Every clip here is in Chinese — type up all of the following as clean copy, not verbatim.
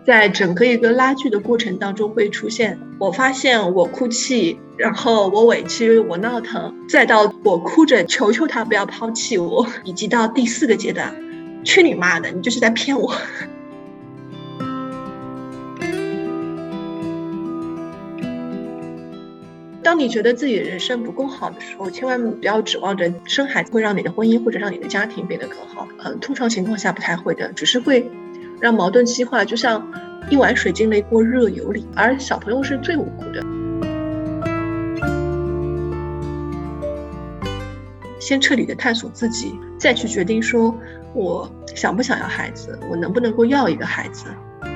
在整个一个拉锯的过程当中会出现，我发现我哭泣，然后我委屈，我闹腾，再到我哭着求求他不要抛弃我，以及到第4个阶段，去你妈的，你就是在骗我。当你觉得自己的人生不够好的时候，千万不要指望着生孩子会让你的婚姻或者让你的家庭变得更好。通常情况下不太会的，只是会让矛盾激化，就像一碗水进了一锅热油里，而小朋友是最无辜的。先彻底的探索自己，再去决定说我想不想要孩子，我能不能够要一个孩子。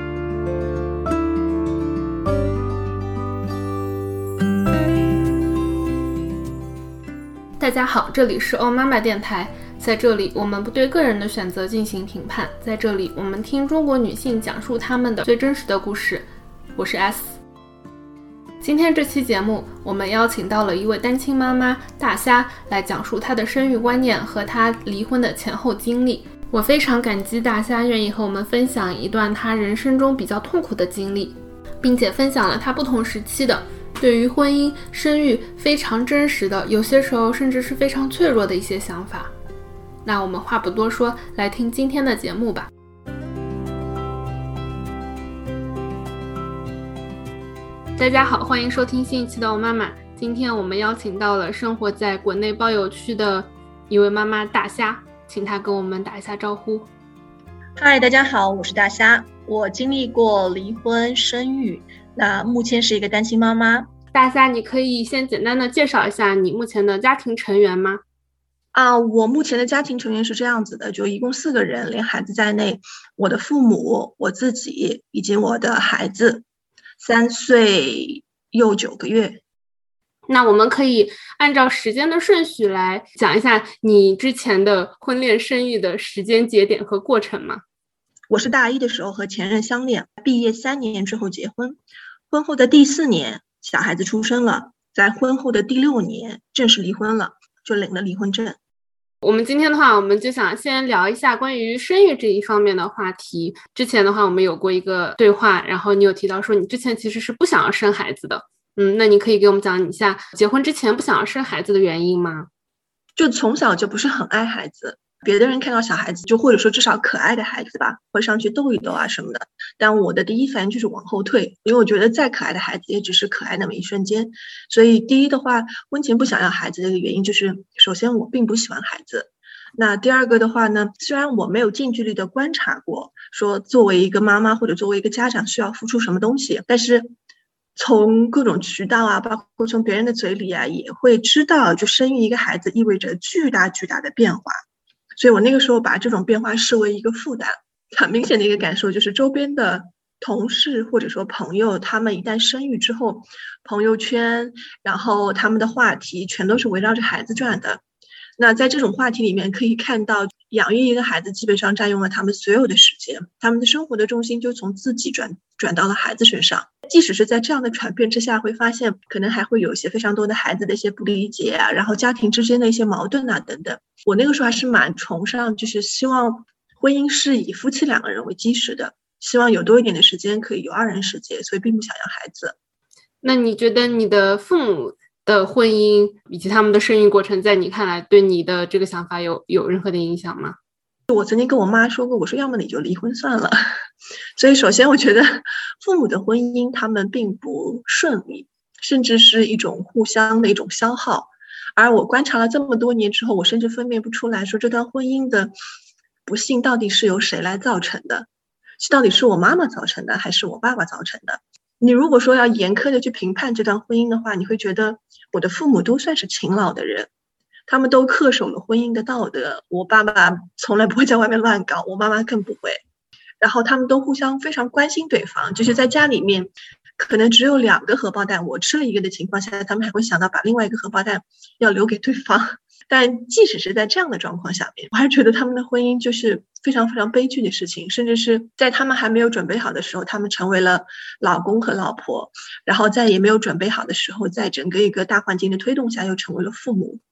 大家好，这里是欧妈妈电台，在这里我们不对个人的选择进行评判，在这里我们听中国女性讲述她们的最真实的故事。我是 S。 今天这期节目我们邀请到了一位单亲妈妈大虾来讲述她的生育观念和她离婚的前后经历。我非常感激大虾愿意和我们分享一段她人生中比较痛苦的经历，并且分享了她不同时期的对于婚姻生育非常真实的，有些时候甚至是非常脆弱的一些想法。那我们话不多说，来听今天的节目吧。大家好，欢迎收听新一期的我妈妈。今天我们邀请到了生活在国内包邮区的一位妈妈大虾，请她跟我们打一下招呼。 嗨，大家好，我是大虾，我经历过离婚生育，那目前是一个单亲妈妈。 大虾，你可以先简单的介绍一下你目前的家庭成员吗？ 我目前的家庭成员是这样子的，就一共4个人，连孩子在内，我的父母，我自己以及我的孩子，3岁又9个月。 那我们可以按照时间的顺序来讲一下你之前的婚恋生育的时间节点和过程吗？ 我是大1的时候和前任相恋，毕业3年之后结婚，婚后的第4年小孩子出生了，在婚后的第6年正式离婚了，就领了离婚证。 我们今天的话，我们就想先聊一下关于生育这一方面的话题。之前的话我们有过一个对话，然后你有提到说你之前其实是不想要生孩子的。那你可以给我们讲一下结婚之前不想要生孩子的原因吗？ 就从小就不是很爱孩子，别的人看到小孩子，就或者说至少可爱的孩子吧，会上去逗一逗啊什么的，但我的第一反应就是往后退，因为我觉得再可爱的孩子也只是可爱那么一瞬间。所以第一的话，婚前不想要孩子的一个原因就是，首先我并不喜欢孩子。那第二个的话呢，虽然我没有近距离的观察过说作为一个妈妈或者作为一个家长需要付出什么东西，但是从各种渠道啊，包括从别人的嘴里啊，也会知道就生育一个孩子意味着巨大巨大的变化。所以我那个时候把这种变化视为一个负担。很明显的一个感受就是周边的同事或者说朋友，他们一旦生育之后，朋友圈然后他们的话题全都是围绕着孩子转的。那在这种话题里面可以看到，养育一个孩子基本上占用了他们所有的时间，他们的生活的重心就从自己转到了孩子身上。即使是在这样的转变之下，会发现可能还会有一些非常多的孩子的一些不理解啊，然后家庭之间的一些矛盾啊等等。我那个时候还是蛮崇尚，就是希望婚姻是以夫妻2个人为基石的，希望有多一点的时间可以有2人世界，所以并不想要孩子。 那你觉得你的父母的婚姻以及他们的生育过程，在你看来对你的这个想法有任何的影响吗？ 我曾经跟我妈说过，我说要么你就离婚算了。所以首先我觉得父母的婚姻他们并不顺利，甚至是一种互相的一种消耗。而我观察了这么多年之后，我甚至分辨不出来说这段婚姻的不幸到底是由谁来造成的，到底是我妈妈造成的还是我爸爸造成的。你如果说要严苛的去评判这段婚姻的话，你会觉得我的父母都算是勤劳的人，他们都恪守了婚姻的道德。我爸爸从来不会在外面乱搞，我妈妈更不会。然后他们都互相非常关心对方，就是在家里面可能只有2个荷包蛋，我吃了1个的情况下，他们还会想到把另外1个荷包蛋要留给对方。但即使是在这样的状况下面，我还是觉得他们的婚姻就是非常非常悲剧的事情，甚至是在他们还没有准备好的时候，他们成为了老公和老婆，然后在也没有准备好的时候，在整个一个大环境的推动下又成为了父母。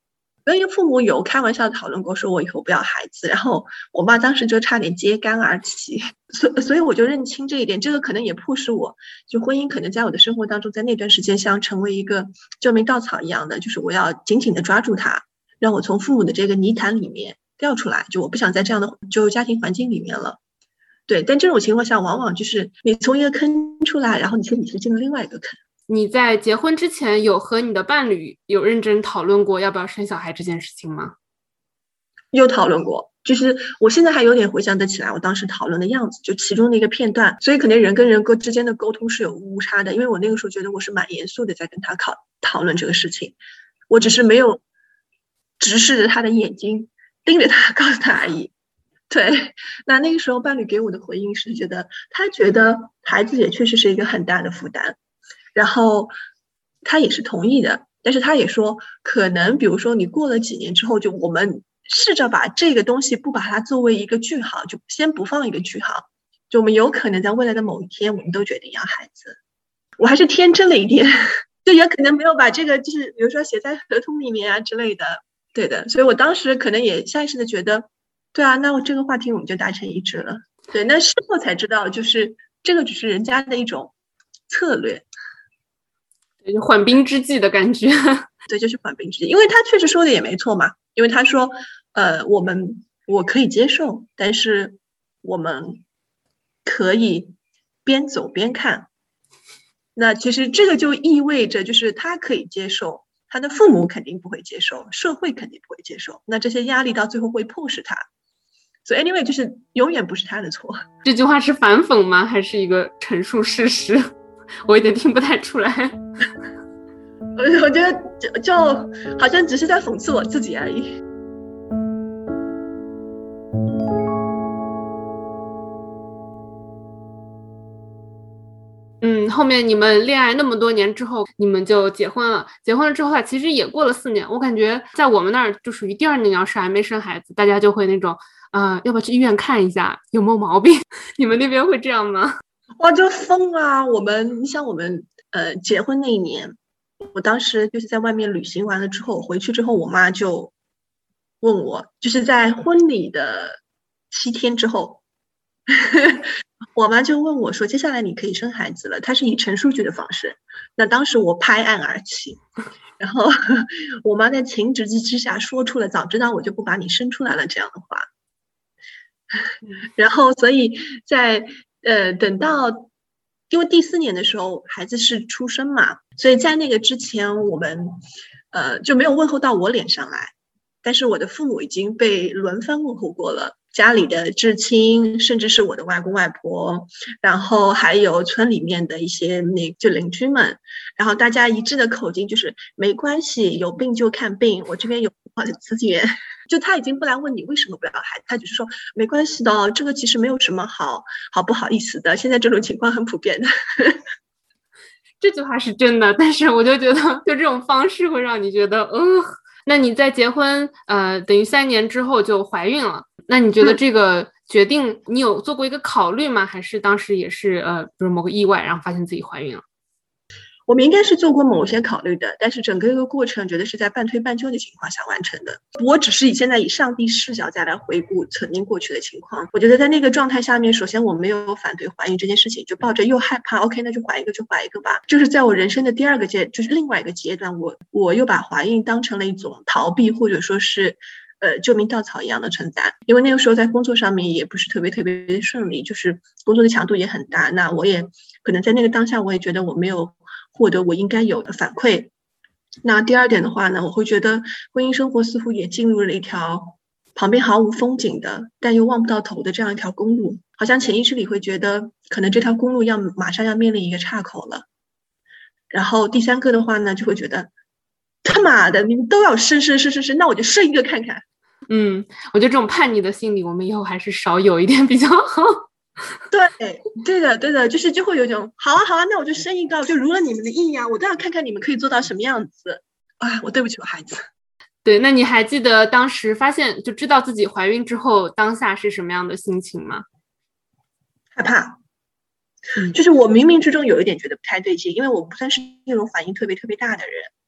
跟父母有开玩笑讨论过，说我以后不要孩子，然后我妈当时就差点揭竿而起，所以我就认清这一点，这个可能也迫使我，就婚姻可能在我的生活当中，在那段时间像成为一个救命稻草一样的，就是我要紧紧的抓住它，让我从父母的这个泥潭里面掉出来，就我不想在这样的就家庭环境里面了。对，但这种情况下，往往就是你从一个坑出来，然后你身体是进了另外一个坑。 你在结婚之前有和你的伴侣有认真讨论过要不要生小孩这件事情吗？ 有讨论过，就是我现在还有点回想得起来我当时讨论的样子，就其中的一个片段，所以可能人跟人之间的沟通是有误差的，因为我那个时候觉得我是蛮严肃的在跟他讨论这个事情，我只是没有直视着他的眼睛盯着他告诉他而已。对，那个时候伴侣给我的回应是他觉得孩子也确实是一个很大的负担，然后他也是同意的，但是他也说可能比如说你过了几年之后，就我们试着把这个东西不把它作为一个句号，就先不放一个句号，就我们有可能在未来的某一天我们都决定要孩子。我还是天真了一点，就也可能没有把这个就是比如说写在合同里面啊之类的。对的，所以我当时可能也下意识的觉得对啊，那我这个话题我们就达成一致了。对，那事后才知道就是这个只是人家的一种策略， 就缓兵之计的感觉。 对，就是缓兵之计，因为他确实说的也没错嘛，因为他说我可以接受，但是我们可以边走边看。那其实这个就意味着就是他可以接受，他的父母肯定不会接受，社会肯定不会接受，那这些压力到最后会迫使他，所以 anyway 就是永远不是他的错。 这句话是反讽吗？还是一个陈述事实？我有点听不太出来。 我觉得就好像只是在讽刺我自己而已。 后面你们恋爱那么多年之后，你们就结婚了。结婚了之后其实也过了4年。我感觉在我们那儿就属于第2年，要是还没生孩子，大家就会那种，要不要去医院看一下有没有毛病？你们那边会这样吗？ 哇，就疯啊！你想我们结婚那一年，我当时就是在外面旅行完了之后，回去之后，我妈就问我，就是在婚礼的7天之后。我妈就问我说接下来你可以生孩子了，她是以陈述句的方式。那当时我拍案而起，然后我妈在情急之下说出了早知道我就不把你生出来了这样的话。然后所以在等到因为第4年的时候孩子是出生嘛，所以在那个之前我们就没有问候到我脸上来，但是我的父母已经被轮番问候过了，家里的至亲，甚至是我的外公外婆，然后还有村里面的一些就邻居们，然后大家一致的口径就是没关系，有病就看病，我这边有好的资源。就他已经不来问你为什么不要孩子，他只是说没关系的，这个其实没有什么好不好意思的，现在这种情况很普遍的。 这句话是真的，但是我就觉得就这种方式会让你觉得那你在结婚等于3年之后就怀孕了，那你觉得这个决定你有做过一个考虑吗？还是当时也是比如某个意外然后发现自己怀孕了？ 我们应该是做过某些考虑的，但是整个一个过程觉得是在半推半就的情况下完成的。我只是现在以上帝视角再来回顾曾经过去的情况，我觉得在那个状态下面，首先我没有反对怀孕这件事情，就抱着又害怕 OK 那就怀一个吧。就是在我人生的第2个就是另外一个阶段，我又把怀孕当成了一种逃避，或者说是救命稻草一样的存在。因为那个时候在工作上面也不是特别顺利，就是工作的强度也很大，那我也可能在那个当下我也觉得我没有获得我应该有的反馈。那第2点的话呢，我会觉得婚姻生活似乎也进入了一条旁边毫无风景的但又望不到头的这样一条公路，好像潜意识里会觉得可能这条公路马上要面临一个岔口了。然后第3个的话呢，就会觉得他妈的你们都要生，那我就生一个看看。 我觉得这种叛逆的心理我们以后还是少有一点比较好。 对的，就会有一种好啊，那我就生一个，就如了你们的意啊，我都要看看你们可以做到什么样子。我对不起我孩子。 对，那你还记得当时就知道自己怀孕之后当下是什么样的心情吗？ 害怕。就是我冥冥之中有一点觉得不太对劲，因为我不算是那种反应特别大的人，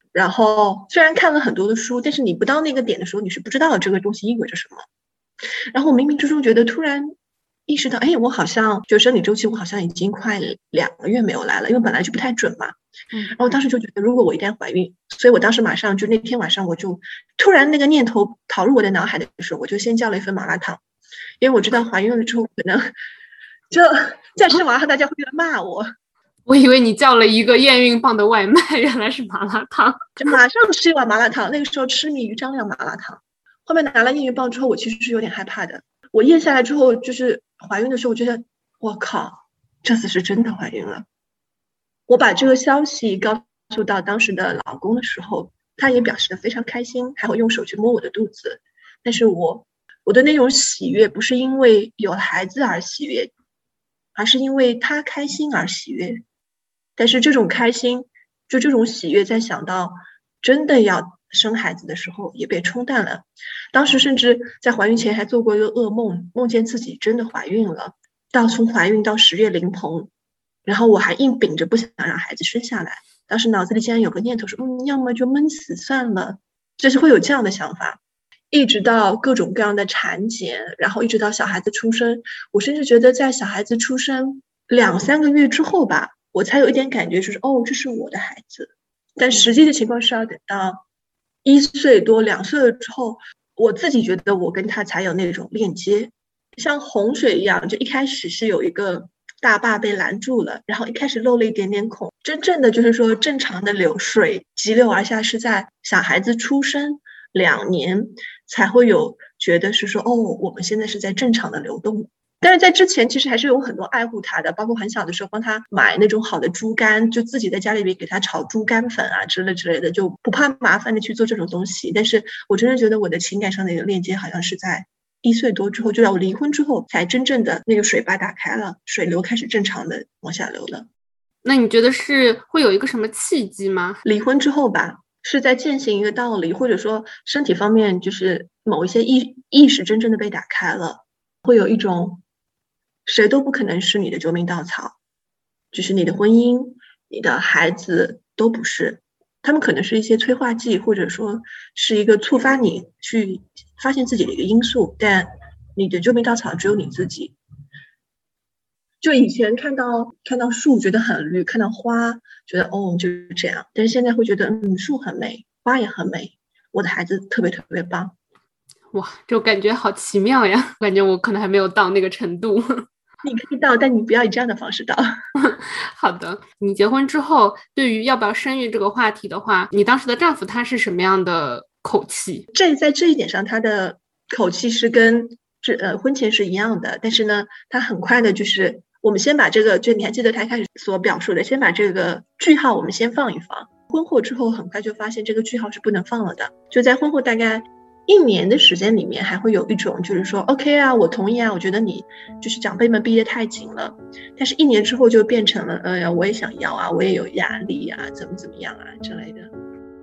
然后虽然看了很多的书，但是你不到那个点的时候，你是不知道这个东西意味着什么。然后我冥冥之中觉得突然意识到，哎，我好像就生理周期，我好像已经快2个月没有来了，因为本来就不太准嘛。然后当时就觉得，如果我一旦怀孕，所以我当时马上就那天晚上，我就突然那个念头跑入我的脑海的时候，我就先叫了一份麻辣烫，因为我知道怀孕了之后可能就再吃麻辣烫，大家会骂我。 我以为你叫了一个验孕棒的外卖，原来是麻辣烫。 就马上吃一碗麻辣烫，那个时候痴迷于张亮麻辣烫。后面拿了验孕棒之后，我其实是有点害怕的。我验下来之后，就是怀孕的时候，我觉得我靠，这次是真的怀孕了。我把这个消息告诉到当时的老公的时候，他也表示得非常开心，还会用手去摸我的肚子。但是我的那种喜悦不是因为有了孩子而喜悦，而是因为他开心而喜悦。但是这种开心，就这种喜悦，在想到真的要生孩子的时候也被冲淡了。当时甚至在怀孕前还做过一个噩梦，梦见自己真的怀孕了，到从怀孕到10月临盆，然后我还硬秉着不想让孩子生下来。当时脑子里竟然有个念头说，要么就闷死算了，就是会有这样的想法。一直到各种各样的产检，然后一直到小孩子出生，我甚至觉得在小孩子出生2-3个月之后吧，我才有一点感觉，就是这是我的孩子。但实际的情况是要等到1岁多2岁了之后，我自己觉得我跟他才有那种链接，像洪水一样，就一开始是有一个大坝被拦住了，然后一开始漏了一点点孔，真正的就是说正常的流水急流而下是在小孩子出生2年才会有觉得是说我们现在是在正常的流动。但是在之前其实还是有很多爱护他的，包括很小的时候帮他买那种好的猪肝，就自己在家里面给他炒猪肝粉啊之类的，就不怕麻烦的去做这种东西。但是我真的觉得我的情感上的一个链接好像是在1岁多之后，就在我离婚之后才真正的那个水坝打开了，水流开始正常的往下流了。 那你觉得是会有一个什么契机吗？ 离婚之后吧，是在践行一个道理，或者说身体方面就是某一些意识真正的被打开了，会有一种谁都不可能是你的救命稻草，就是你的婚姻、你的孩子都不是，他们可能是一些催化剂，或者说是一个触发你去发现自己的一个因素，但你的救命稻草只有你自己。就以前看到树觉得很绿，看到花觉得就是这样，但是现在会觉得树很美，花也很美，我的孩子特别特别棒。 哇，这感觉好奇妙呀，感觉我可能还没有到那个程度。 你可以到，但你不要以这样的方式到。 好的，你结婚之后对于要不要生育这个话题的话，你当时的丈夫他是什么样的口气？ 在这一点上他的口气是跟婚前是一样的，但是呢他很快的就是我们先把这个，就你还记得他开始所表述的，先把这个句号我们先放一放。婚后之后很快就发现这个句号是不能放了的，就在婚后大概1年的时间里面，还会有一种就是说 OK 啊，我同意啊，我觉得你就是长辈们逼得太紧了。但是1年之后就变成了我也想要啊，我也有压力啊，怎么样啊之类的。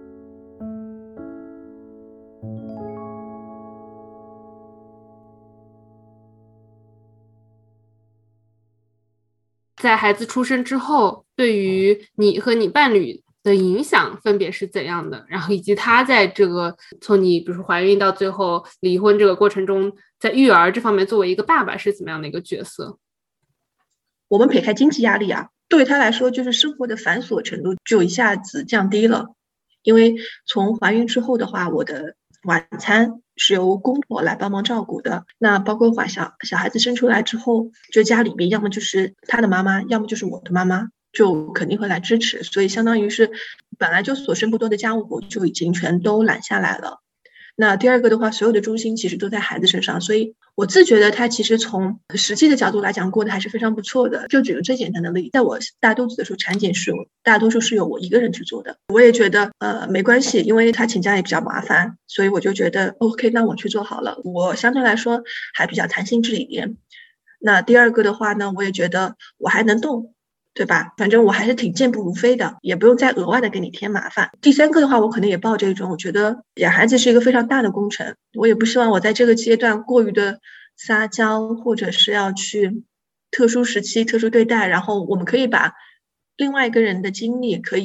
在孩子出生之后，对于你和你伴侣的影响分别是怎样的？然后以及他在这个从你比如说怀孕到最后离婚这个过程中，在育儿这方面作为一个爸爸是怎么样的一个角色？ 我们撇开经济压力啊，对他来说就是生活的繁琐程度就一下子降低了。因为从怀孕之后的话，我的晚餐是由公婆来帮忙照顾的，那包括小孩子生出来之后，就家里面要么就是他的妈妈，要么就是我的妈妈，就肯定会来支持，所以相当于是本来就所剩不多的家务活就已经全都揽下来了。那第二个的话，所有的重心其实都在孩子身上，所以我自觉得他其实从实际的角度来讲过得还是非常不错的。就举个最简单的例子，在我大肚子的时候，产检是大多数是由我一个人去做的，我也觉得没关系，因为他请假也比较麻烦，所以我就觉得 OK， 那我去做好了，我相对来说还比较弹性这一点。那第二个的话呢，我也觉得我还能动，对吧？反正我还是挺健步如飞的，也不用再额外的给你添麻烦。第三个的话，我可能也抱这种，我觉得养孩子是一个非常大的工程，我也不希望我在这个阶段过于的撒娇，或者是要去特殊时期特殊对待，然后我们可以把另外一个人的经历可以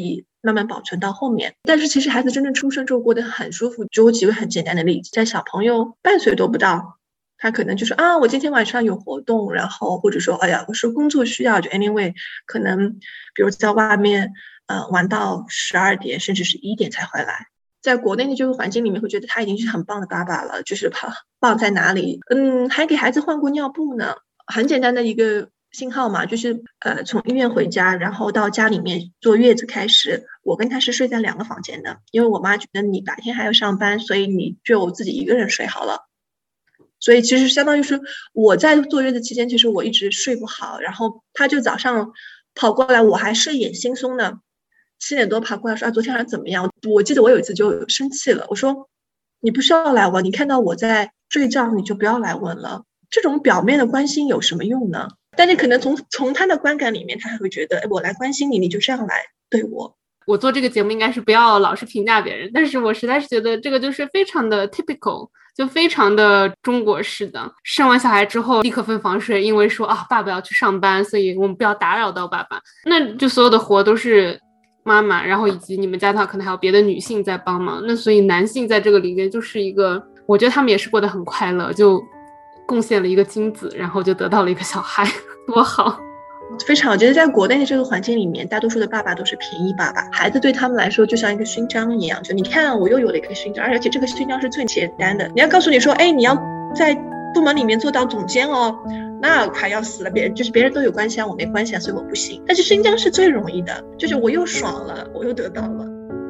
慢慢保存到后面。但是其实孩子真正出生之后过得很舒服，就我举个很简单的例子，在小朋友半岁都不到，他可能就是我今天晚上有活动，然后或者说我是工作需要，就 anyway 可能比如在外面玩到12点甚至是1点才回来。在国内的这个环境里面会觉得他已经是很棒的爸爸了，就是棒在哪里，还给孩子换过尿布呢，很简单的一个信号嘛，就是从医院回家，然后到家里面坐月子开始，我跟他是睡在2个房间的，因为我妈觉得你白天还要上班，所以你就自己一个人睡好了。所以其实相当于是我在坐月子期间，其实我一直睡不好，然后他就早上跑过来，我还睡眼惺忪呢，7点多跑过来说昨天晚上怎么样。我记得我有一次就生气了，我说你不需要来问，你看到我在睡觉你就不要来问了，这种表面的关心有什么用呢？但你可能从他的观感里面，他还会觉得我来关心你，你就这样来对我。 我做这个节目应该是不要老是评价别人，但是我实在是觉得这个就是非常的 typical， 就非常的中国式的。生完小孩之后立刻分房睡，因为说爸爸要去上班，所以我们不要打扰到爸爸，那就所有的活都是妈妈，然后以及你们家的话可能还有别的女性在帮忙，那所以男性在这个里面就是一个，我觉得他们也是过得很快乐，就贡献了一个精子，然后就得到了一个小孩，多好。 非常，我觉得在国内的这个环境里面，大多数的爸爸都是便宜爸爸，孩子对他们来说就像一个勋章一样，就你看我又有了一个勋章，而且这个勋章是最简单的，你要告诉你说你要在部门里面做到总监哦，那快要死了，别人都有关系我没关系所以我不行。但是勋章是最容易的，就是我又爽了，我又得到了。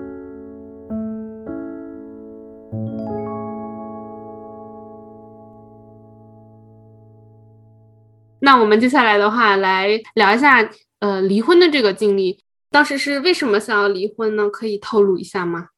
那我们接下来的话来聊一下离婚的这个经历，当时是为什么想要离婚呢？可以透露一下吗？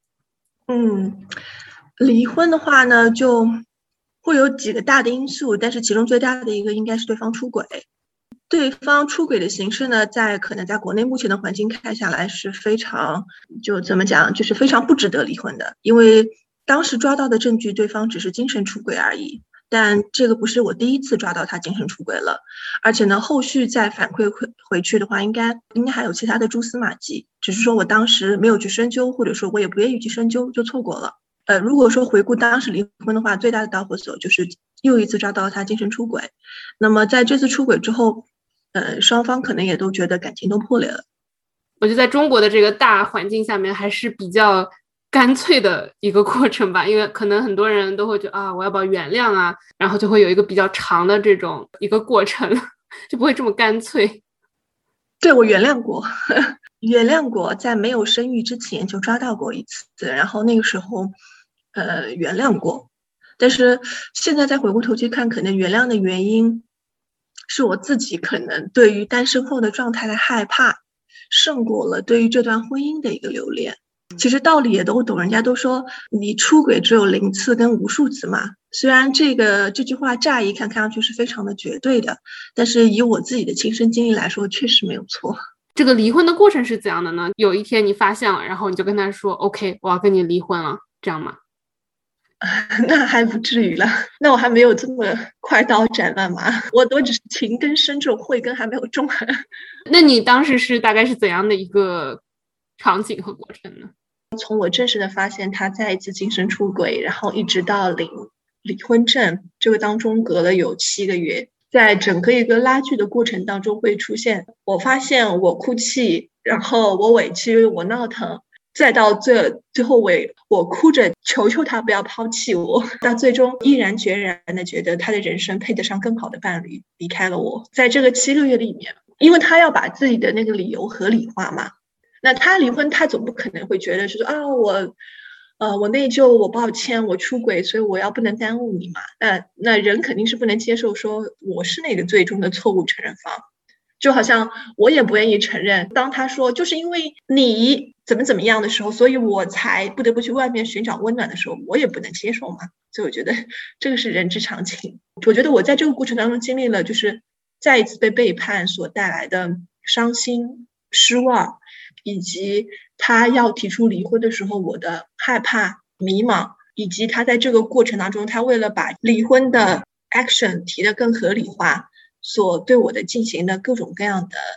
离婚的话呢，就会有几个大的因素，但是其中最大的一个应该是对方出轨。对方出轨的形式呢，可能在国内目前的环境看下来是非常，就怎么讲，就是非常不值得离婚的，因为当时抓到的证据对方只是精神出轨而已。但这个不是我第一次抓到他精神出轨了，而且呢，后续再反馈回去的话，应该还有其他的蛛丝马迹，只是说我当时没有去深究，或者说我也不愿意去深究，就错过了。如果说回顾当时离婚的话，最大的导火索就是又一次抓到他精神出轨。那么在这次出轨之后，双方可能也都觉得感情都破裂了。 我觉得在中国的这个大环境下面，还是比较干脆的一个过程吧，因为可能很多人都会觉得我要不要原谅啊，然后就会有一个比较长的这种一个过程，就不会这么干脆。 对，我原谅过原谅过，在没有生育之前就抓到过一次，然后那个时候原谅过，但是现在再回过头去看，可能原谅的原因是我自己可能对于单身后的状态的害怕胜过了对于这段婚姻的一个留恋。其实道理也都懂，人家都说你出轨只有0次跟无数次嘛，虽然这句话乍一看上去是非常的绝对的，但是以我自己的亲身经历来说确实没有错。 这个离婚的过程是怎样的呢？有一天你发现了，然后你就跟他说 OK 我要跟你离婚了，这样吗？ 那还不至于了，那我还没有这么快刀斩乱麻，我只是情根深重，慧根还没有种。 那你当时是大概是怎样的一个场景和过程呢？ 从我正式的发现他再一次精神出轨，然后一直到领离婚证，这个当中隔了有7个月，在整个一个拉锯的过程当中会出现，我发现我哭泣，然后我委屈，我闹腾，再到最后我哭着求求他不要抛弃我，他最终毅然决然的觉得他的人生配得上更好的伴侣，离开了我。在这个7个月里面，因为他要把自己的那个理由合理化嘛，那他离婚他总不可能会觉得是说我内疚，我抱歉，我出轨，所以我不能耽误你嘛。那人肯定是不能接受说我是那个最终的错误承认方，就好像我也不愿意承认，当他说就是因为你怎么样的时候，所以我才不得不去外面寻找温暖的时候，我也不能接受嘛。所以我觉得这个是人之常情。我觉得我在这个过程当中经历了就是再一次被背叛所带来的伤心失望，以及他要提出离婚的时候我的害怕迷茫，以及他在这个过程当中他为了把离婚的 action 提得更合理化所对我的进行的各种各样的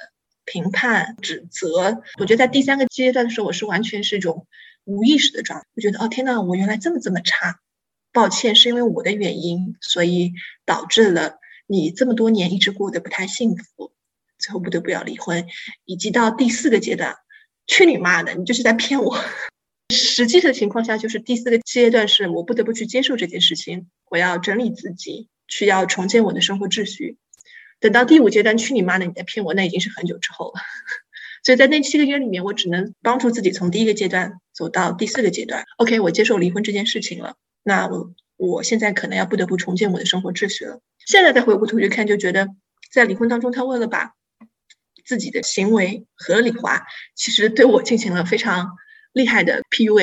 评判、指责。我觉得在第3个阶段的时候，我是完全是一种无意识的状态。我觉得哦天哪，我原来这么差，抱歉，是因为我的原因，所以导致了你这么多年一直过得不太幸福，最后不得不要离婚。以及到第4个阶段，去你妈的，你就是在骗我。实际的情况下，就是第4个阶段是我不得不去接受这件事情，我要整理自己，需要重建我的生活秩序。等到第5阶段，去你妈的，你在骗我，那已经是很久之后了。所以在那7个月里面，我只能帮助自己从第1个阶段走到第4个阶段。OK， 我接受离婚这件事情了，那我现在可能要不得不重建我的生活秩序了。现在再回过头去看，就觉得在离婚当中，他为了把自己的行为合理化，其实对我进行了非常厉害的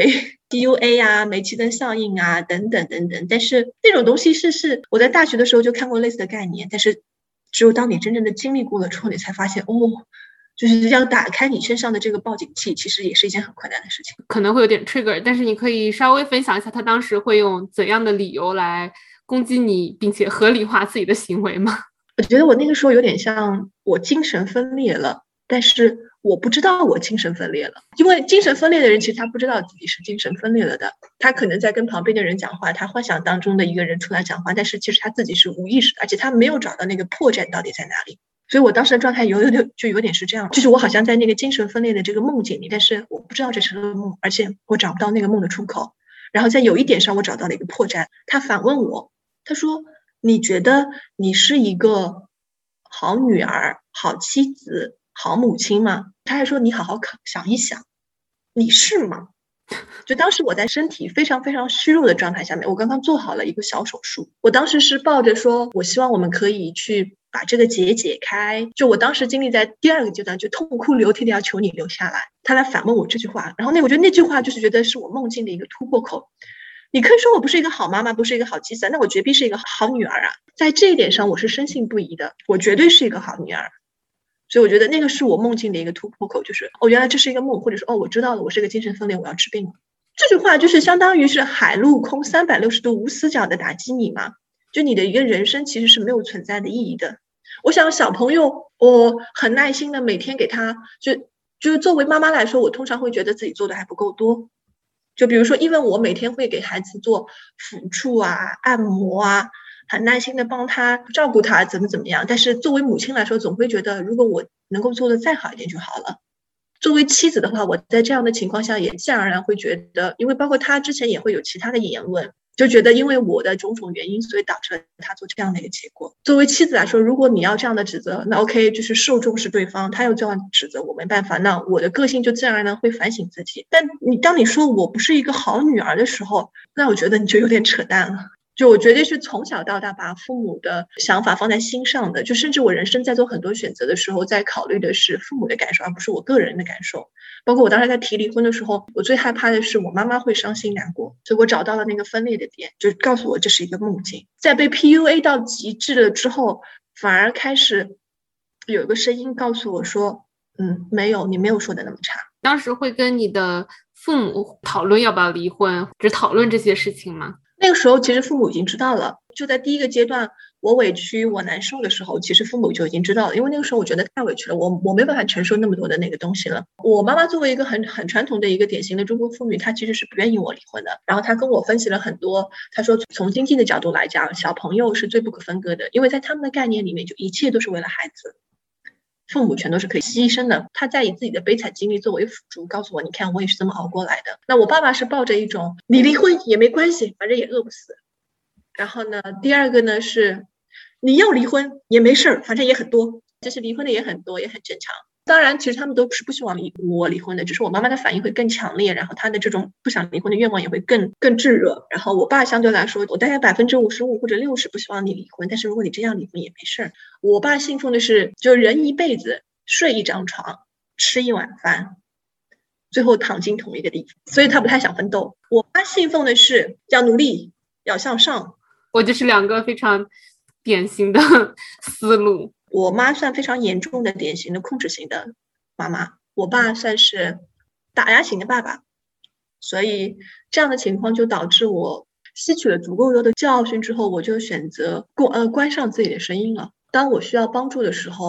PUA 啊，煤气灯效应啊，等等等等。但是那种东西是我在大学的时候就看过类似的概念，但是只有当你真正的经历过了之后，你才发现就是要打开你身上的这个报警器，其实也是一件很困难的事情， 可能会有点 trigger。 但是你可以稍微分享一下他当时会用怎样的理由来攻击你，并且合理化自己的行为吗？ 我觉得我那个时候有点像我精神分裂了，但是我不知道我精神分裂了。因为精神分裂的人其实他不知道自己是精神分裂了的，他可能在跟旁边的人讲话，他幻想当中的一个人出来讲话，但是其实他自己是无意识的，而且他没有找到那个破绽到底在哪里。所以我当时的状态有点是这样，就是我好像在那个精神分裂的这个梦境里，但是我不知道这是个梦，而且我找不到那个梦的出口。然后在有一点上我找到了一个破绽，他反问我，他说你觉得你是一个好女儿、好妻子、好母亲吗？他还说你好好想一想，你是吗？就当时我在身体非常非常虚弱的状态下面，我刚刚做好了一个小手术，我当时是抱着说我希望我们可以去把这个结解开。就我当时经历在第2个阶段，就痛哭流涕的要求你留下来。他来反问我这句话，然后我觉得那句话就是觉得是我梦境的一个突破口。你可以说我不是一个好妈妈，不是一个好妻子，那我绝逼是一个好女儿啊。在这一点上我是深信不疑的，我绝对是一个好女儿。所以我觉得那个是我梦境的一个突破口，就是原来这是一个梦，或者说我知道了，我是个精神分裂，我要治病了。这句话就是相当于是海陆空360度无死角的打击你嘛，就你的一个人生其实是没有存在的意义的。我想小朋友，我很耐心的每天给他，就是作为妈妈来说，我通常会觉得自己做的还不够多。就比如说因为我每天会给孩子做抚触啊、按摩啊，很耐心的帮他照顾他怎么样，但是作为母亲来说，总会觉得如果我能够做的再好一点就好了。作为妻子的话，我在这样的情况下也自然而然会觉得，因为包括他之前也会有其他的言论，就觉得因为我的种种原因，所以导致了他做这样的一个结果。作为妻子来说，如果你要这样的指责，那 OK， 就是受重视对方，他又这样指责我，没办法，那我的个性就自然而然会反省自己。但当你说我不是一个好女儿的时候，那我觉得你就有点扯淡了。就我绝对是从小到大把父母的想法放在心上的，就甚至我人生在做很多选择的时候，在考虑的是父母的感受，而不是我个人的感受。包括我当时在提离婚的时候，我最害怕的是我妈妈会伤心难过，所以我找到了那个分裂的点，就告诉我这是一个梦境。在被 PUA 到极致了之后，反而开始有一个声音告诉我说没有，你没有说的那么差。 当时会跟你的父母讨论要不要离婚，只讨论这些事情吗？ 那个时候其实父母已经知道了，就在第1个阶段我委屈我难受的时候，其实父母就已经知道了。因为那个时候我觉得太委屈了，我没办法承受那么多的那个东西了。我妈妈作为一个很传统的一个典型的中国妇女，她其实是不愿意我离婚的。然后她跟我分析了很多，她说从经济的角度来讲，小朋友是最不可分割的，因为在他们的概念里面，就一切都是为了孩子，父母全都是可以牺牲的。他在以自己的悲惨经历作为辅助，告诉我你看我也是这么熬过来的。那我爸爸是抱着一种你离婚也没关系，反正也饿不死。然后呢，第2个呢是你要离婚也没事儿，反正也很多，就是离婚的也很多，也很正常。当然其实他们都是不希望我离婚的，只是我妈妈的反应会更强烈，然后她的这种不想离婚的愿望也会更炙热。然后我爸相对来说，我大概55%或者60%不希望你离婚，但是如果你这样离婚也没事儿。我爸信奉的是就人一辈子睡一张床，吃一碗饭，最后躺进同一个地方，所以他不太想奋斗。我爸信奉的是要努力，要向上。 我就是2个非常典型的思路。 我妈算非常严重的典型的控制型的妈妈，我爸算是打压型的爸爸。所以这样的情况就导致我吸取了足够多的教训之后，我就选择关上自己的声音了。当我需要帮助的时候，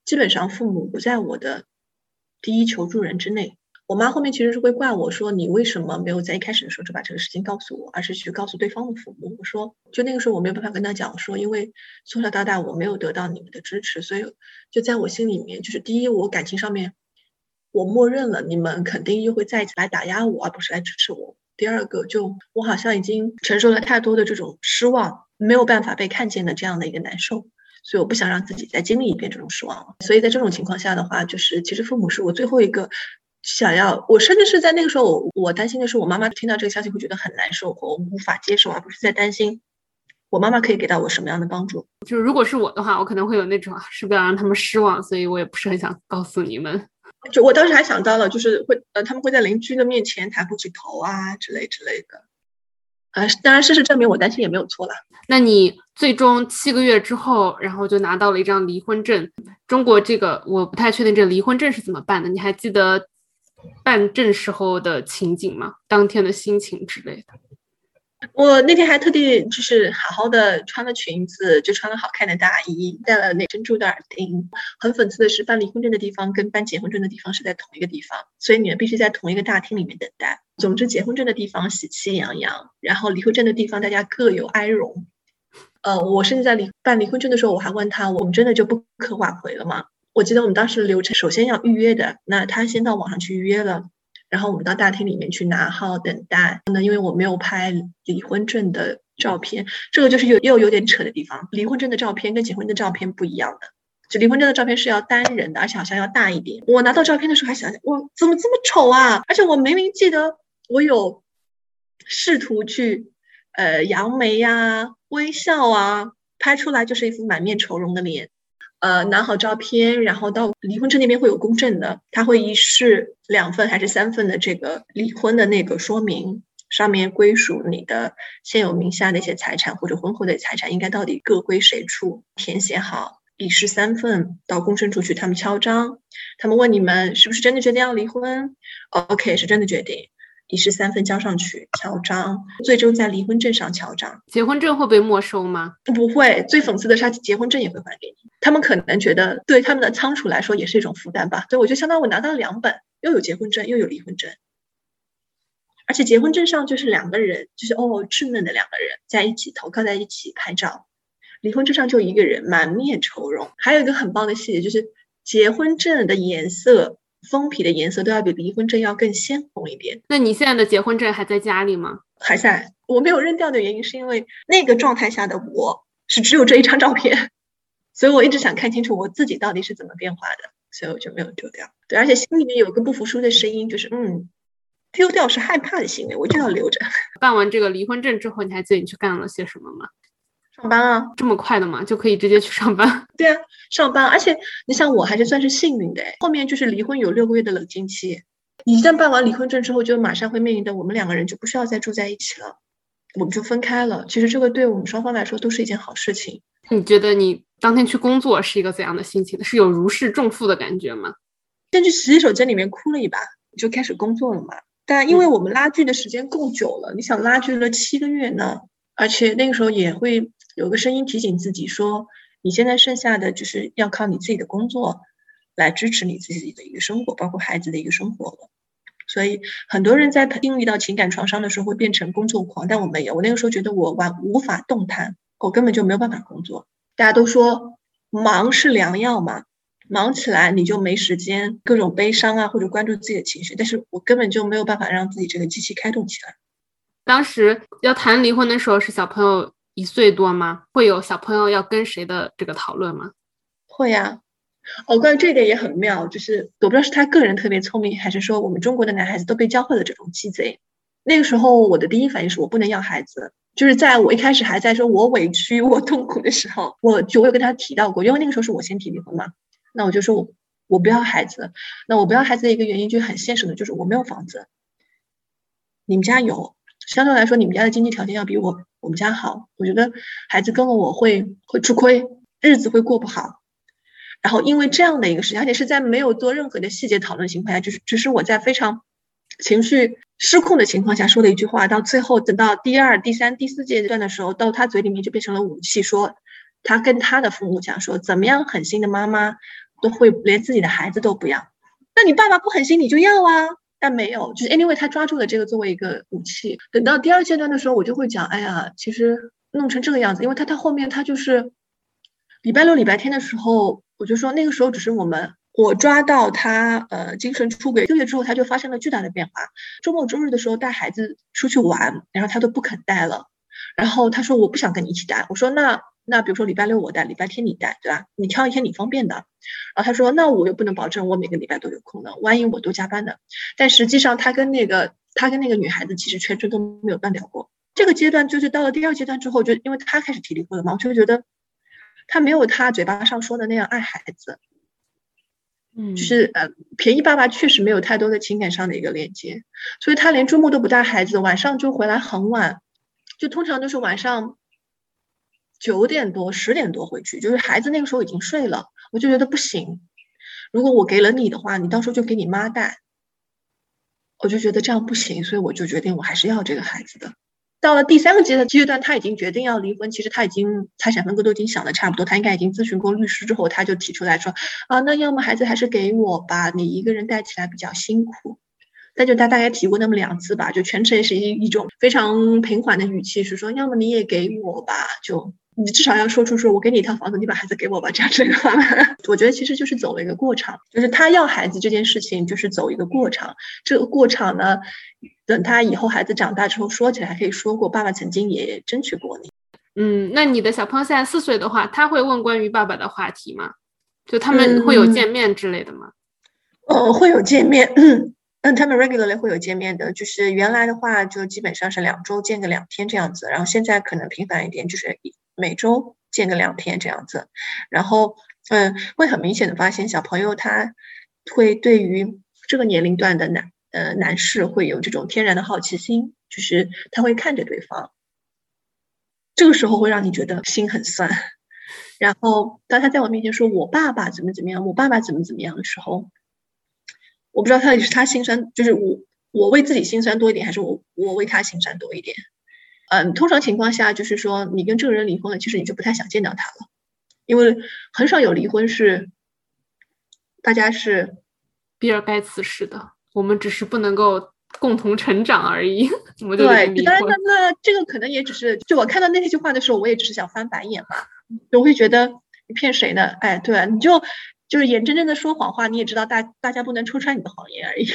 基本上父母不在我的第一求助人之内。我妈后面其实是会怪我说，你为什么没有在一开始的时候就把这个事情告诉我，而是去告诉对方的父母。我说就那个时候我没有办法跟他讲，说因为从小到大我没有得到你们的支持，所以就在我心里面，就是第一，我感情上面我默认了你们肯定又会再一次来打压我，而不是来支持我。第二个，就我好像已经承受了太多的这种失望，没有办法被看见的这样的一个难受，所以我不想让自己再经历一遍这种失望。所以在这种情况下的话，就是其实父母是我最后一个想要，我甚至是在那个时候我担心的是我妈妈听到这个消息会觉得很难受或无法接受，而不是在担心我妈妈可以给到我什么样的帮助。 就是如果是我的话，我可能会有那种是不要让他们失望，所以我也不是很想告诉你们。 就我当时还想到了，就是他们会在邻居的面前抬不起头啊之类的。当然事实证明我担心也没有错了。 那你最终7个月之后，然后就拿到了一张离婚证。中国这个我不太确定这个离婚证是怎么办的，你还记得办证时候的情景吗？当天的心情之类的。 我那天还特地就是好好的穿了裙子，就穿了好看的大衣，戴了那珍珠的耳钉。很讽刺的是，办离婚证的地方跟办结婚证的地方是在同一个地方，所以你们必须在同一个大厅里面等待。总之结婚证的地方喜气洋洋，然后离婚证的地方大家各有哀荣。我甚至在办离婚证的时候，我还问他，我们真的就不可挽回了吗？我记得我们当时的流程首先要预约的，那他先到网上去预约了，然后我们到大厅里面去拿号等待。因为我没有拍离婚证的照片，这个就是又有点扯的地方。离婚证的照片跟结婚证的照片不一样的，就离婚证的照片是要单人的，而且好像要大一点。我拿到照片的时候还想想，我怎么这么丑啊？而且我明明记得我有试图去扬眉呀、微笑啊，拍出来就是一副满面愁容的脸。拿好照片，然后到离婚证那边会有公证的，他会一式2份还是3份的这个离婚的那个说明，上面归属你的现有名下的一些财产或者婚后的财产应该到底各归谁处，填写好，一式3份到公证处去，他们敲章，他们问你们是不是真的决定要离婚。 OK， 是真的决定，一式3份交上去敲章，最终在离婚证上敲章。 结婚证会被没收吗？ 不会，最讽刺的是他结婚证也会还给你。他们可能觉得对他们的仓储来说也是一种负担吧，所以我就相当于我拿到了2本，又有结婚证又有离婚证。而且结婚证上就是2个人，就是稚嫩的2个人在一起投靠在一起拍照，离婚证上就1个人满面愁容。还有一个很棒的细节，就是结婚证的颜色，封皮的颜色都要比离婚证要更鲜红一点。 那你现在的结婚证还在家里吗？ 还在，我没有扔掉的原因是因为那个状态下的我是只有这一张照片，所以我一直想看清楚我自己到底是怎么变化的，所以我就没有丢掉。对，而且心里面有个不服输的声音，就是丢掉是害怕的行为，我就要留着。 办完这个离婚证之后，你还记得你去干了些什么吗？ 上班啊。 这么快的吗？就可以直接去上班？ 对啊，上班。而且你想，我还是算是幸运的，后面就是离婚有6个月的冷静期，你一旦办完离婚证之后，就马上会面临的我们2个人就不需要再住在一起了，我们就分开了。其实这个对我们双方来说都是一件好事情。 你觉得你当天去工作是一个怎样的心情？是有如释重负的感觉吗？ 先去洗手间里面哭了一把，就开始工作了嘛。但因为我们拉锯的时间够久了，你想拉锯了7个月呢，而且那个时候也会有个声音提醒自己说，你现在剩下的就是要靠你自己的工作来支持你自己的一个生活，包括孩子的一个生活了。所以很多人在经历到情感创伤的时候会变成工作狂，但我没有。我那个时候觉得我无法动弹，我根本就没有办法工作。大家都说忙是良药嘛，忙起来你就没时间各种悲伤啊，或者关注自己的情绪，但是我根本就没有办法让自己这个机器开动起来。 当时要谈离婚的时候是小朋友1岁多吗？会有小朋友要跟谁的这个讨论吗？ 会啊。关于这一点也很妙，就是我不知道是他个人特别聪明，还是说我们中国的男孩子都被教会了这种鸡贼。那个时候我的第一反应是我不能要孩子，就是在我一开始还在说我委屈我痛苦的时候，我有跟他提到过，因为那个时候是我先提离婚嘛，那我就说我不要孩子。那我不要孩子的一个原因就很现实的，就是我没有房子，你们家有，相对来说你们家的经济条件要比我们家好，我觉得孩子跟了我会吃亏，日子会过不好。然后因为这样的一个事情，而且是在没有做任何的细节讨论的情况下，就是只是我在非常情绪失控的情况下说了一句话，到最后等到第2、第3、第4阶段的时候，到他嘴里面就变成了武器，说他跟他的父母讲说，怎么样狠心的妈妈都会连自己的孩子都不要，那你爸爸不狠心你就要啊。但没有，就是 anyway 他抓住了这个作为一个武器。等到第二阶段的时候，我就会讲，哎呀，其实弄成这个样子，因为他后面他就是礼拜六礼拜天的时候，我就说那个时候只是我抓到他精神出轨，1个月之后他就发生了巨大的变化。周末周日的时候带孩子出去玩，然后他都不肯带了，然后他说我不想跟你一起带。我说那比如说礼拜六我带，礼拜天你带，对吧？你挑一天你方便的。然后他说那我又不能保证我每个礼拜都有空的，万一我都加班的。但实际上他跟那个女孩子其实全程都没有断掉过。这个阶段就是到了第二阶段之后，就因为他开始提离婚了嘛，我就觉得他没有他嘴巴上说的那样爱孩子。就是便宜爸爸确实没有太多的情感上的一个连接，所以他连周末都不带孩子，晚上就回来很晚，就通常都是晚上9点多10点多回去，就是孩子那个时候已经睡了。我就觉得不行，如果我给了你的话，你到时候就给你妈带，我就觉得这样不行，所以我就决定我还是要这个孩子的。到了第3个阶段，他已经决定要离婚，其实他已经财产分割都已经想的差不多，他应该已经咨询过律师之后，他就提出来说那要么孩子还是给我吧，你一个人带起来比较辛苦。但就他大概提过那么2次吧，就全程是一种非常平缓的语气，是说要么你也给我吧，就你至少要说出说我给你一套房子，你把孩子给我吧，这样之类的话。我觉得其实就是走了一个过场，就是他要孩子这件事情就是走一个过场。这个过场呢，等他以后孩子长大之后说起来还可以说过爸爸曾经也争取过你。 那你的小朋友现在4岁的话，他会问关于爸爸的话题吗？就他们会有见面之类的吗？ 会有见面。他们 regularly 会有见面的，就是原来的话就基本上是2周见个2天这样子，然后现在可能频繁一点，就是每周见个2天这样子。然后会很明显的发现小朋友他会对于这个年龄段的男士会有这种天然的好奇心，就是他会看着对方，这个时候会让你觉得心很酸。然后当他在我面前说我爸爸怎么怎么样，我爸爸怎么怎么样的时候，我不知道到底是他心酸，就是我为自己心酸多一点，还是我为他心酸多一点。通常情况下就是说你跟这个人离婚了，其实你就不太想见到他了，因为很少有离婚是大家是比尔盖茨式的，我们只是不能够共同成长而已。我就对，当然那这个可能也只是，就我看到那句话的时候，我也只是想翻白眼嘛，我会觉得你骗谁呢？哎，对啊，你就是眼睁睁的说谎话，你也知道大家不能戳穿你的谎言而已。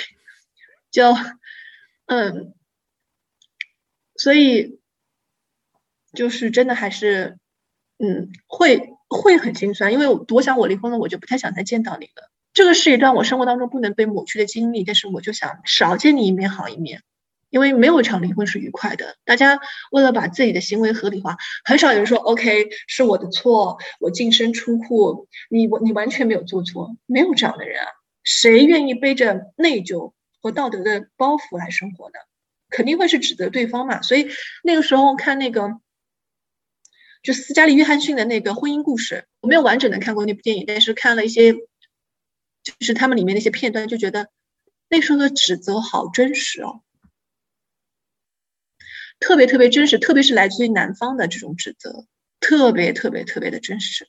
所以就是真的还是会很心酸，因为我想我离婚了，我就不太想再见到你了。这个是一段我生活当中不能被抹去的经历，但是我就想少见你一面好一面，因为没有一场离婚是愉快的。大家为了把自己的行为合理化，很少有人说 OK 是我的错，我净身出户，你完全没有做错，没有这样的人啊。谁愿意背着内疚和道德的包袱来生活呢？肯定会是指责对方嘛。所以那个时候看那个就斯嘉丽·约翰逊的那个婚姻故事，我没有完整的看过那部电影，但是看了一些就是他们里面的一些片段，就觉得那时候的指责好真实哦，特别特别真实，特别是来自于男方的这种指责，特别特别特别的真实。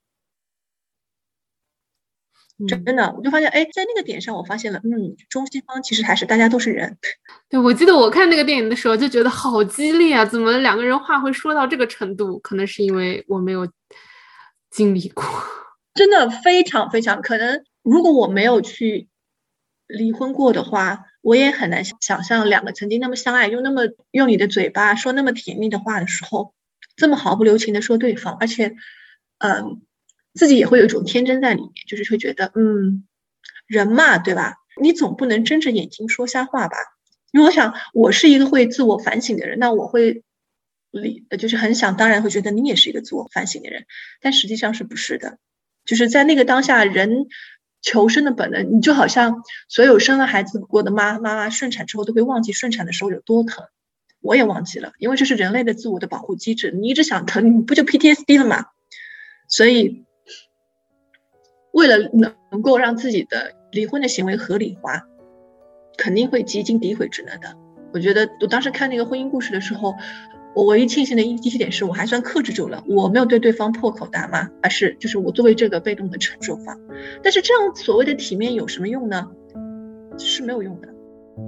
真的，我就发现，在那个点上，我发现了，中西方其实还是大家都是人。 对，我记得我看那个电影的时候就觉得好激烈啊，怎么2个人话会说到这个程度？可能是因为我没有经历过， 真的非常非常可能。如果我没有去离婚过的话，我也很难想象2个曾经那么相爱，用你的嘴巴说那么甜蜜的话的时候，这么毫不留情的说对方，而且，自己也会有一种天真在里面，就是会觉得，人嘛，对吧？你总不能睁着眼睛说瞎话吧？因为我想，我是一个会自我反省的人，那我会就是很想当然会觉得你也是一个自我反省的人，但实际上是不是的？就是在那个当下，人求生的本能，你就好像所有生了孩子过的妈妈顺产之后都会忘记顺产的时候有多疼，我也忘记了，因为这是人类的自我的保护机制，你一直想疼，你不就 PTSD 了吗？所以为了能够让自己的离婚的行为合理化，肯定会极尽诋毁之能的。我觉得我当时看那个婚姻故事的时候， 我唯一庆幸的第一点是我还算克制住了，我没有对对方破口大骂，而是就是我作为这个被动的承受方。但是这样所谓的体面有什么用呢？是没有用的。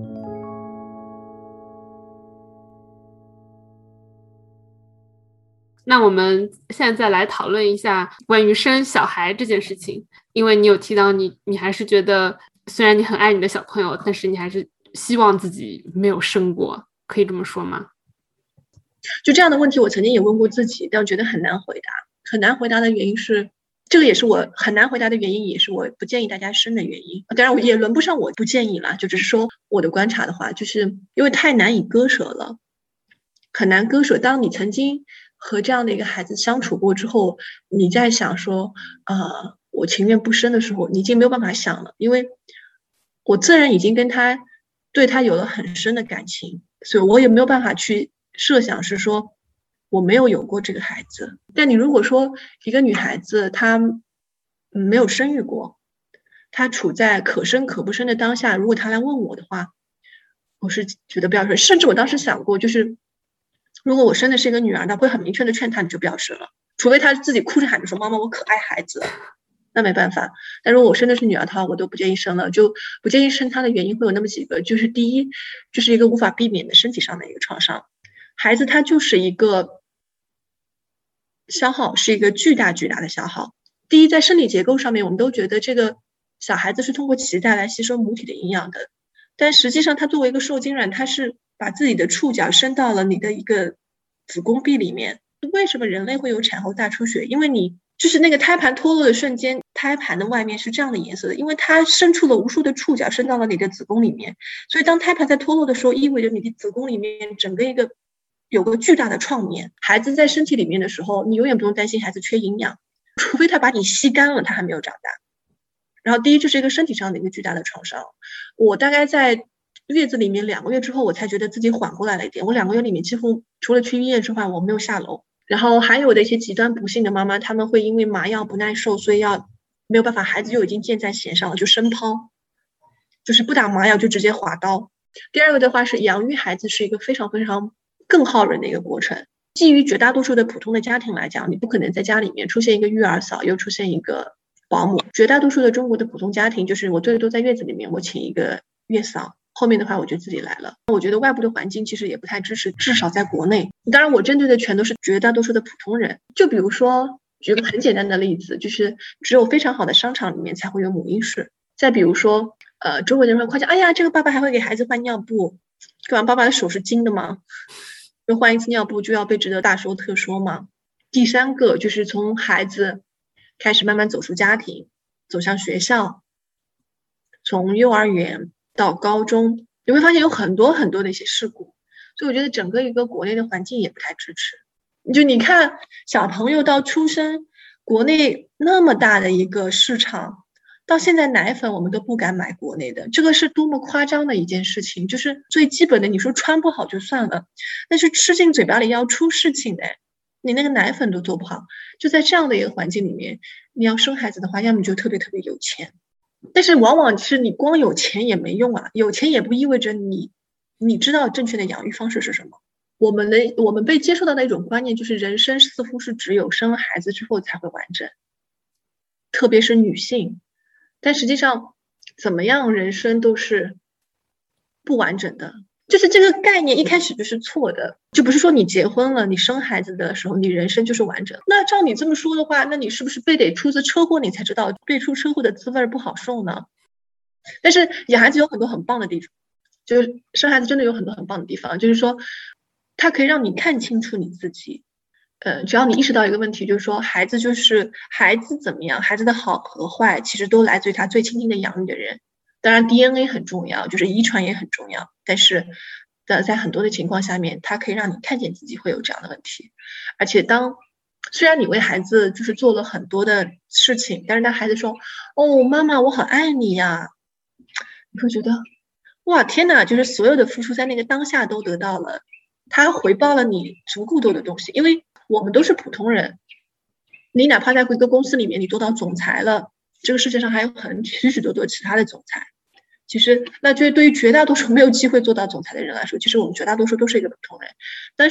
那我们现在再来讨论一下关于生小孩这件事情，因为你有提到你还是觉得虽然你很爱你的小朋友，但是你还是希望自己没有生过，可以这么说吗？ 就这样的问题我曾经也问过自己，但我觉得很难回答。很难回答的原因是，这个也是我很难回答的原因，也是我不建议大家生的原因。当然我也轮不上我不建议啦，就只是说我的观察的话，就是因为太难以割舍了，很难割舍。当你曾经和这样的一个孩子相处过之后，你在想说我情愿不生的时候，你已经没有办法想了，因为我自然已经对他有了很深的感情，所以我也没有办法去设想是说我没有过这个孩子。但你如果说一个女孩子她没有生育过，她处在可生可不生的当下，如果她来问我的话，我是觉得不要生。甚至我当时想过，就是如果我生的是一个女儿，那会很明确的劝她你就不要生了，除非她自己哭着喊着说妈妈我可爱孩子了，那没办法。但如果我生的是女儿的话，我都不建议生了。就不建议生她的原因会有那么几个，就是第一，就是一个无法避免的身体上的一个创伤。孩子他就是一个消耗，是一个巨大的消耗。第一，在生理结构上面，我们都觉得这个小孩子是通过脐带来吸收母体的营养的，但实际上他作为一个受精卵，他是把自己的触角伸到了你的一个子宫壁里面。为什么人类会有产后大出血？因为你就是那个胎盘脱落的瞬间，胎盘的外面是这样的颜色的，因为它伸出了无数的触角伸到了你的子宫里面，所以当胎盘在脱落的时候，意味着你的子宫里面整个有个巨大的创面。孩子在身体里面的时候，你永远不用担心孩子缺营养，除非他把你吸干了，他还没有长大。然后第一，这是一个身体上的一个巨大的创伤。我大概在月子里面2个月之后，我才觉得自己缓过来了一点。我2个月里面几乎除了去医院之外，我没有下楼。然后还有的一些极端不幸的妈妈，他们会因为麻药不耐受，所以没有办法，孩子就已经箭在弦上了，就生抛，就是不打麻药就直接划刀。第二个的话是养育孩子是一个非常非常更耗人的一个过程。基于绝大多数的普通的家庭来讲，你不可能在家里面出现一个育儿嫂，又出现一个保姆。绝大多数的中国的普通家庭，就是我最多在月子里面我请一个月嫂，后面的话我就自己来了。我觉得外部的环境其实也不太支持，至少在国内。当然我针对的全都是绝大多数的普通人。就比如说举个很简单的例子，就是只有非常好的商场里面才会有母婴室。再比如说周围的人会夸奖，哎呀这个爸爸还会给孩子换尿布，干嘛爸爸的手是金的吗？就换一次尿布就要被值得大说特说吗？第三个就是从孩子开始慢慢走出家庭，走向学校，从幼儿园到高中，你会发现有很多很多的一些事故。所以我觉得整个一个国内的环境也不太支持。就你看小朋友到出生，国内那么大的一个市场，到现在奶粉我们都不敢买国内的，这个是多么夸张的一件事情。就是最基本的，你说穿不好就算了，但是吃进嘴巴里要出事情的，你那个奶粉都做不好。就在这样的一个环境里面，你要生孩子的话，要么就特别特别有钱，但是往往是你光有钱也没用啊，有钱也不意味着你知道正确的养育方式是什么。我们被接受到的一种观念就是人生似乎是只有生了孩子之后才会完整，特别是女性。但实际上怎么样人生都是不完整的，就是这个概念一开始就是错的。就不是说你结婚了你生孩子的时候你人生就是完整。那照你这么说的话，那你是不是非得出次车祸你才知道对出车祸的滋味不好受呢？但是养孩子有很多很棒的地方，就是生孩子真的有很多很棒的地方，就是说它可以让你看清楚你自己。只要你意识到一个问题，就是说孩子怎么样，孩子的好和坏其实都来自于他最亲近的养育的人。当然 DNA 很重要，就是遗传也很重要，但是在很多的情况下面，它可以让你看见自己会有这样的问题。而且虽然你为孩子就是做了很多的事情，但是当孩子说哦妈妈我很爱你呀，你会觉得哇天哪，就是所有的付出在那个当下都得到了，他回报了你足够多的东西。因为我们都是普通人，你哪怕在一个公司里面你做到总裁了，这个世界上还有许许多多其他的总裁。其实那对于绝大多数没有机会做到总裁的人来说，其实我们绝大多数都是一个普通人。但是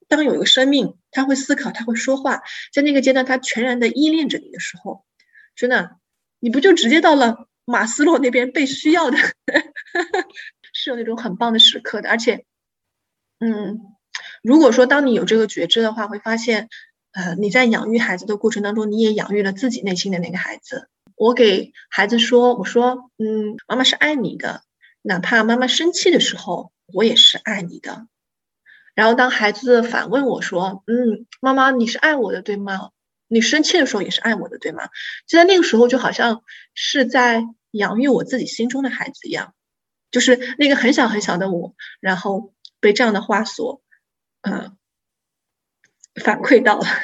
当有一个生命，他会思考，他会说话，在那个阶段他全然的依恋着你的时候，真的你不就直接到了马斯洛那边被需要的是有那种很棒的时刻的。而且如果说当你有这个觉知的话，会发现你在养育孩子的过程当中，你也养育了自己内心的那个孩子。我给孩子说，我说妈妈是爱你的，哪怕妈妈生气的时候我也是爱你的。然后当孩子反问我说妈妈你是爱我的对吗？你生气的时候也是爱我的对吗？就在那个时候就好像是在养育我自己心中的孩子一样，就是那个很小很小的我，然后被这样的话所反馈到了。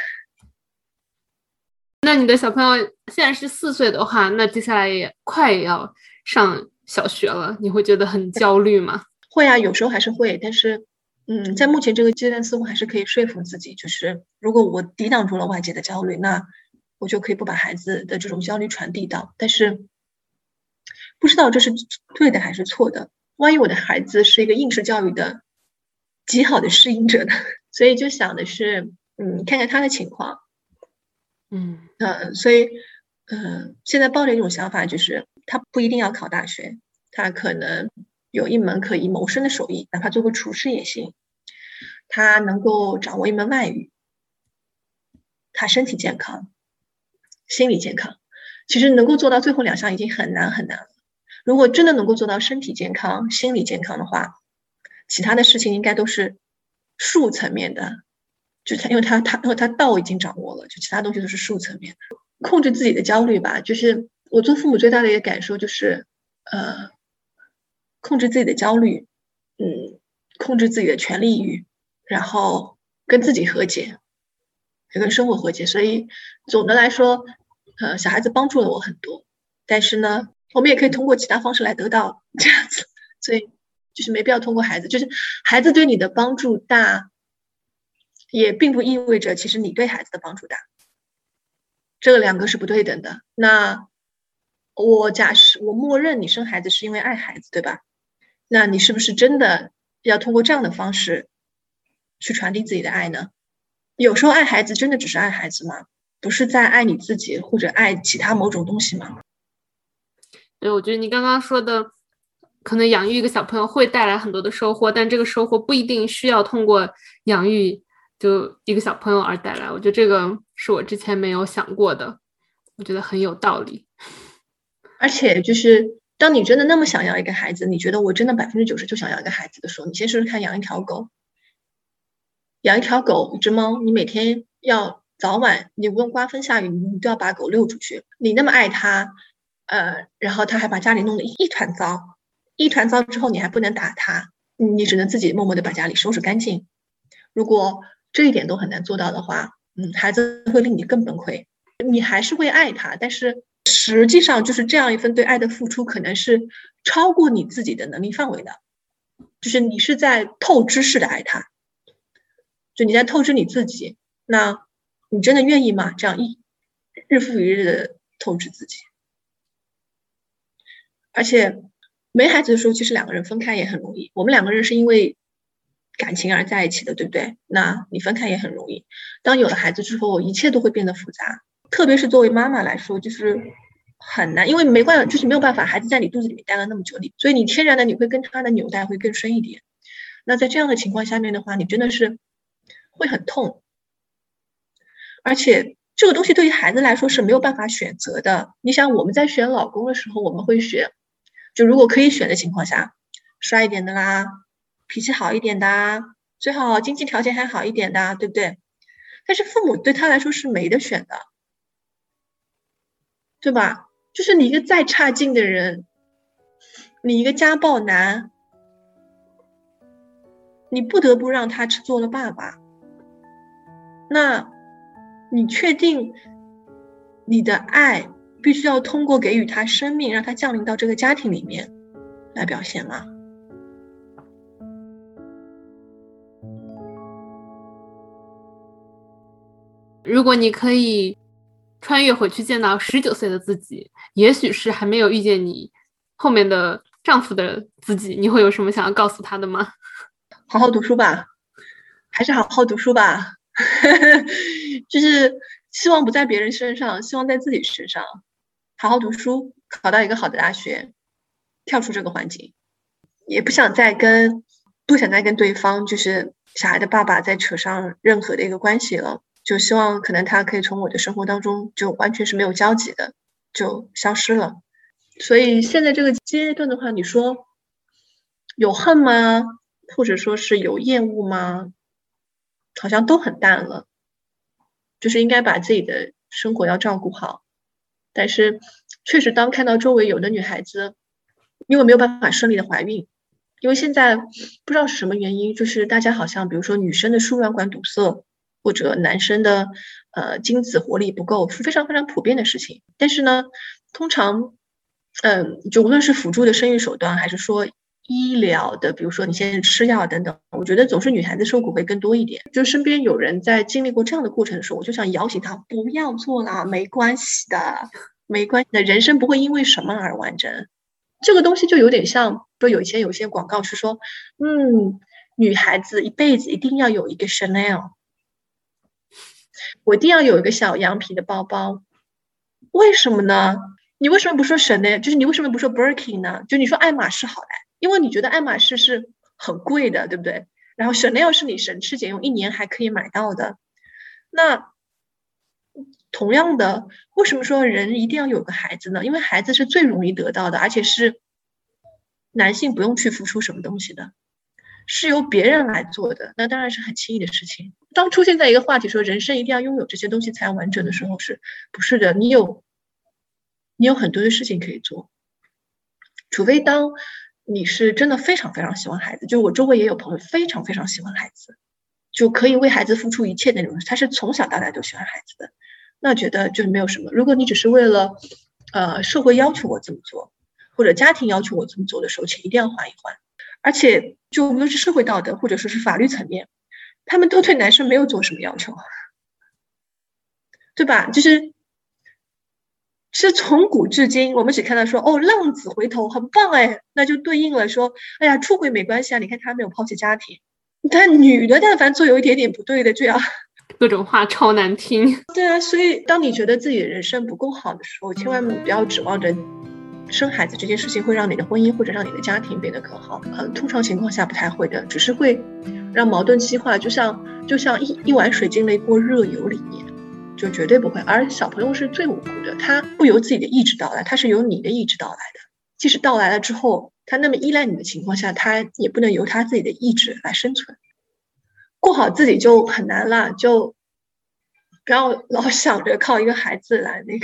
那你的小朋友现在是4岁的话，那接下来也快要上小学了，你会觉得很焦虑吗？ 会啊，有时候还是会，但是在目前这个阶段似乎还是可以说服自己，就是如果我抵挡住了外界的焦虑，那我就可以不把孩子的这种焦虑传递到。但是不知道这是对的还是错的，万一我的孩子是一个应试教育的极好的适应者呢？所以就想的是看看他的情况。所以现在抱着一种想法，就是他不一定要考大学，他可能有一门可以谋生的手艺，哪怕做个厨师也行，他能够掌握一门外语，他身体健康心理健康，其实能够做到最后2项已经很难很难了。如果真的能够做到身体健康心理健康的话，其他的事情应该都是术层面的，就是因为他道已经掌握了，就其他东西都是术层面的。控制自己的焦虑吧，就是我做父母最大的一个感受就是控制自己的焦虑，控制自己的权利欲，然后跟自己和解，也跟生活和解。所以总的来说小孩子帮助了我很多，但是呢我们也可以通过其他方式来得到这样子，所以就是没必要通过孩子，就是孩子对你的帮助大，也并不意味着其实你对孩子的帮助大，这2个是不对等的。那我默认你生孩子是因为爱孩子，对吧？那你是不是真的要通过这样的方式去传递自己的爱呢？有时候爱孩子真的只是爱孩子吗？不是在爱你自己或者爱其他某种东西吗？ 对，我觉得你刚刚说的可能养育一个小朋友会带来很多的收获，但这个收获不一定需要通过养育就一个小朋友而带来，我觉得这个是我之前没有想过的，我觉得很有道理。 而且就是当你真的那么想要一个孩子，你觉得我真的90%就想要一个孩子的时候，你先试试看养一条狗，养一条狗一只猫，你每天要早晚你无论刮风下雨你都要把狗遛出去，你那么爱它然后它还把家里弄得一团糟之后你还不能打它，你只能自己默默地把家里收拾干净。如果这一点都很难做到的话孩子会令你更崩溃。你还是会爱他，但是实际上就是这样一份对爱的付出可能是超过你自己的能力范围的，就是你是在透支式的爱他，就你在透支你自己，那你真的愿意吗？这样日复一日的透支自己。而且没孩子的时候其实2个人分开也很容易，我们2个人是因为感情而在一起的，对不对？那你分开也很容易。当有了孩子之后一切都会变得复杂，特别是作为妈妈来说就是很难，因为就是没有办法，孩子在你肚子里面待了那么久，所以你天然的你会跟他的纽带会更深一点。那在这样的情况下面的话，你真的是会很痛，而且这个东西对于孩子来说是没有办法选择的。你想我们在选老公的时候，我们会选，就如果可以选的情况下，帅一点的啦，脾气好一点的，最好经济条件还好一点的，对不对？但是父母对他来说是没得选的，对吧？就是你一个再差劲的人，你一个家暴男，你不得不让他做了爸爸，那你确定你的爱必须要通过给予他生命，让他降临到这个家庭里面来表现吗？ 如果你可以穿越回去见到19岁的自己，也许是还没有遇见你后面的丈夫的自己，你会有什么想要告诉他的吗？ 好好读书吧， 还是好好读书吧。就是希望不在别人身上，希望在自己身上。好好读书，考到一个好的大学，跳出这个环境，也不想再跟对方就是小孩的爸爸再扯上任何的一个关系了，就希望可能他可以从我的生活当中就完全是没有交集的，就消失了。所以现在这个阶段的话，你说有恨吗？或者说是有厌恶吗？好像都很淡了，就是应该把自己的生活要照顾好。但是确实当看到周围有的女孩子因为没有办法顺利的怀孕，因为现在不知道是什么原因，就是大家好像比如说女生的输卵管堵塞，或者男生的精子活力不够，是非常非常普遍的事情。但是呢，通常就无论是辅助的生育手段，还是说医疗的，比如说你现在吃药等等，我觉得总是女孩子受苦会更多一点。就身边有人在经历过这样的过程的时候，我就想摇醒他，不要做啦，没关系的，没关系的，人生不会因为什么而完整。这个东西就有点像，不是以前有些广告是说，女孩子一辈子一定要有一个 Chanel， 我一定要有一个小羊皮的包包。为什么呢？你为什么不说 Chanel？ 就是你为什么不说 Birkin 呢？就你说爱马仕好了，因为你觉得爱马仕是很贵的，对不对？然后 Chanel 是你省吃俭用1年还可以买到的。那同样的，为什么说人一定要有个孩子呢？因为孩子是最容易得到的，而且是男性不用去付出什么东西的，是由别人来做的，那当然是很轻易的事情。当出现在一个话题说人生一定要拥有这些东西才完整的时候，是不是的？你有很多的事情可以做，除非当你是真的非常非常喜欢孩子，就我周围也有朋友非常非常喜欢孩子，就可以为孩子付出一切的那种，他是从小到大都喜欢孩子的，那觉得就是没有什么。如果你只是为了社会要求我这么做，或者家庭要求我这么做的时候，请一定要缓一缓。而且就无论是社会道德或者说是法律层面，他们都对男生没有做什么要求，对吧？是从古至今我们只看到说浪子回头很棒那就对应了说哎呀出轨没关系啊，你看他没有抛弃家庭。但女的但凡做有一点点不对的就要各种话超难听。 对啊，所以当你觉得自己的人生不够好的时候，千万不要指望着生孩子这件事情会让你的婚姻或者让你的家庭变得更好。通常情况下不太会的，只是会让矛盾激化，就像一碗水进了一锅热油里面，就绝对不会。而小朋友是最无辜的，他不由自己的意志到来，他是由你的意志到来的。即使到来了之后，他那么依赖你的情况下，他也不能由他自己的意志来生存。过好自己就很难了，就不要老想着靠一个孩子来那个。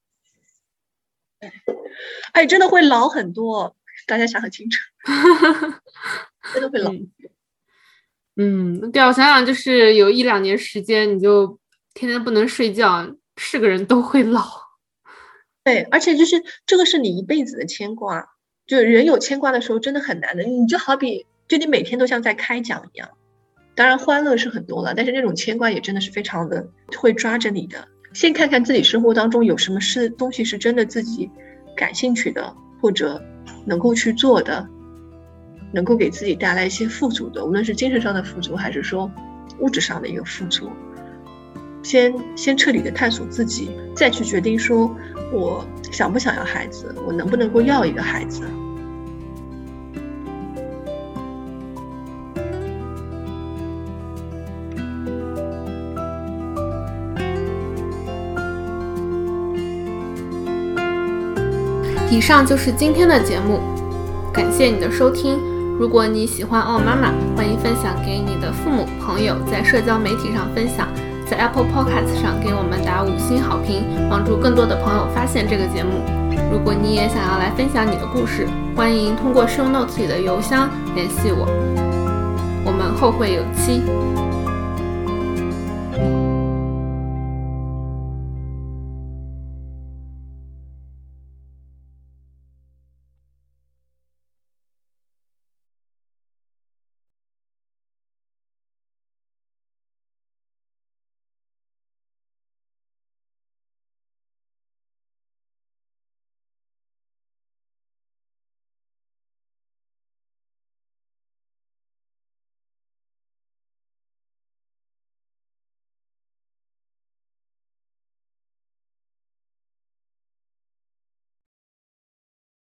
真的会老很多，大家想很清楚。真的会老很多。 对啊，我想想，就是有1-2年时间，你就天天不能睡觉，是个人都会老。 对，而且就是这个是你一辈子的牵挂，就人有牵挂的时候真的很难的。你就好比就你每天都像在开讲一样，当然欢乐是很多了，但是那种牵挂也真的是非常的会抓着你的。先看看自己生活当中有什么东西是真的自己感兴趣的，或者能够去做的，能够给自己带来一些富足的，无论是精神上的富足还是说物质上的一个富足。先彻底的探索自己，再去决定说我想不想要孩子，我能不能够要一个孩子。 以上就是今天的节目，感谢你的收听。如果你喜欢奥妈妈，欢迎分享给你的父母朋友，在社交媒体上分享，在 Apple Podcast 上给我们打5星好评，帮助更多的朋友发现这个节目。如果你也想要来分享你的故事，欢迎通过 Show Notes 里的邮箱联系我。我们后会有期。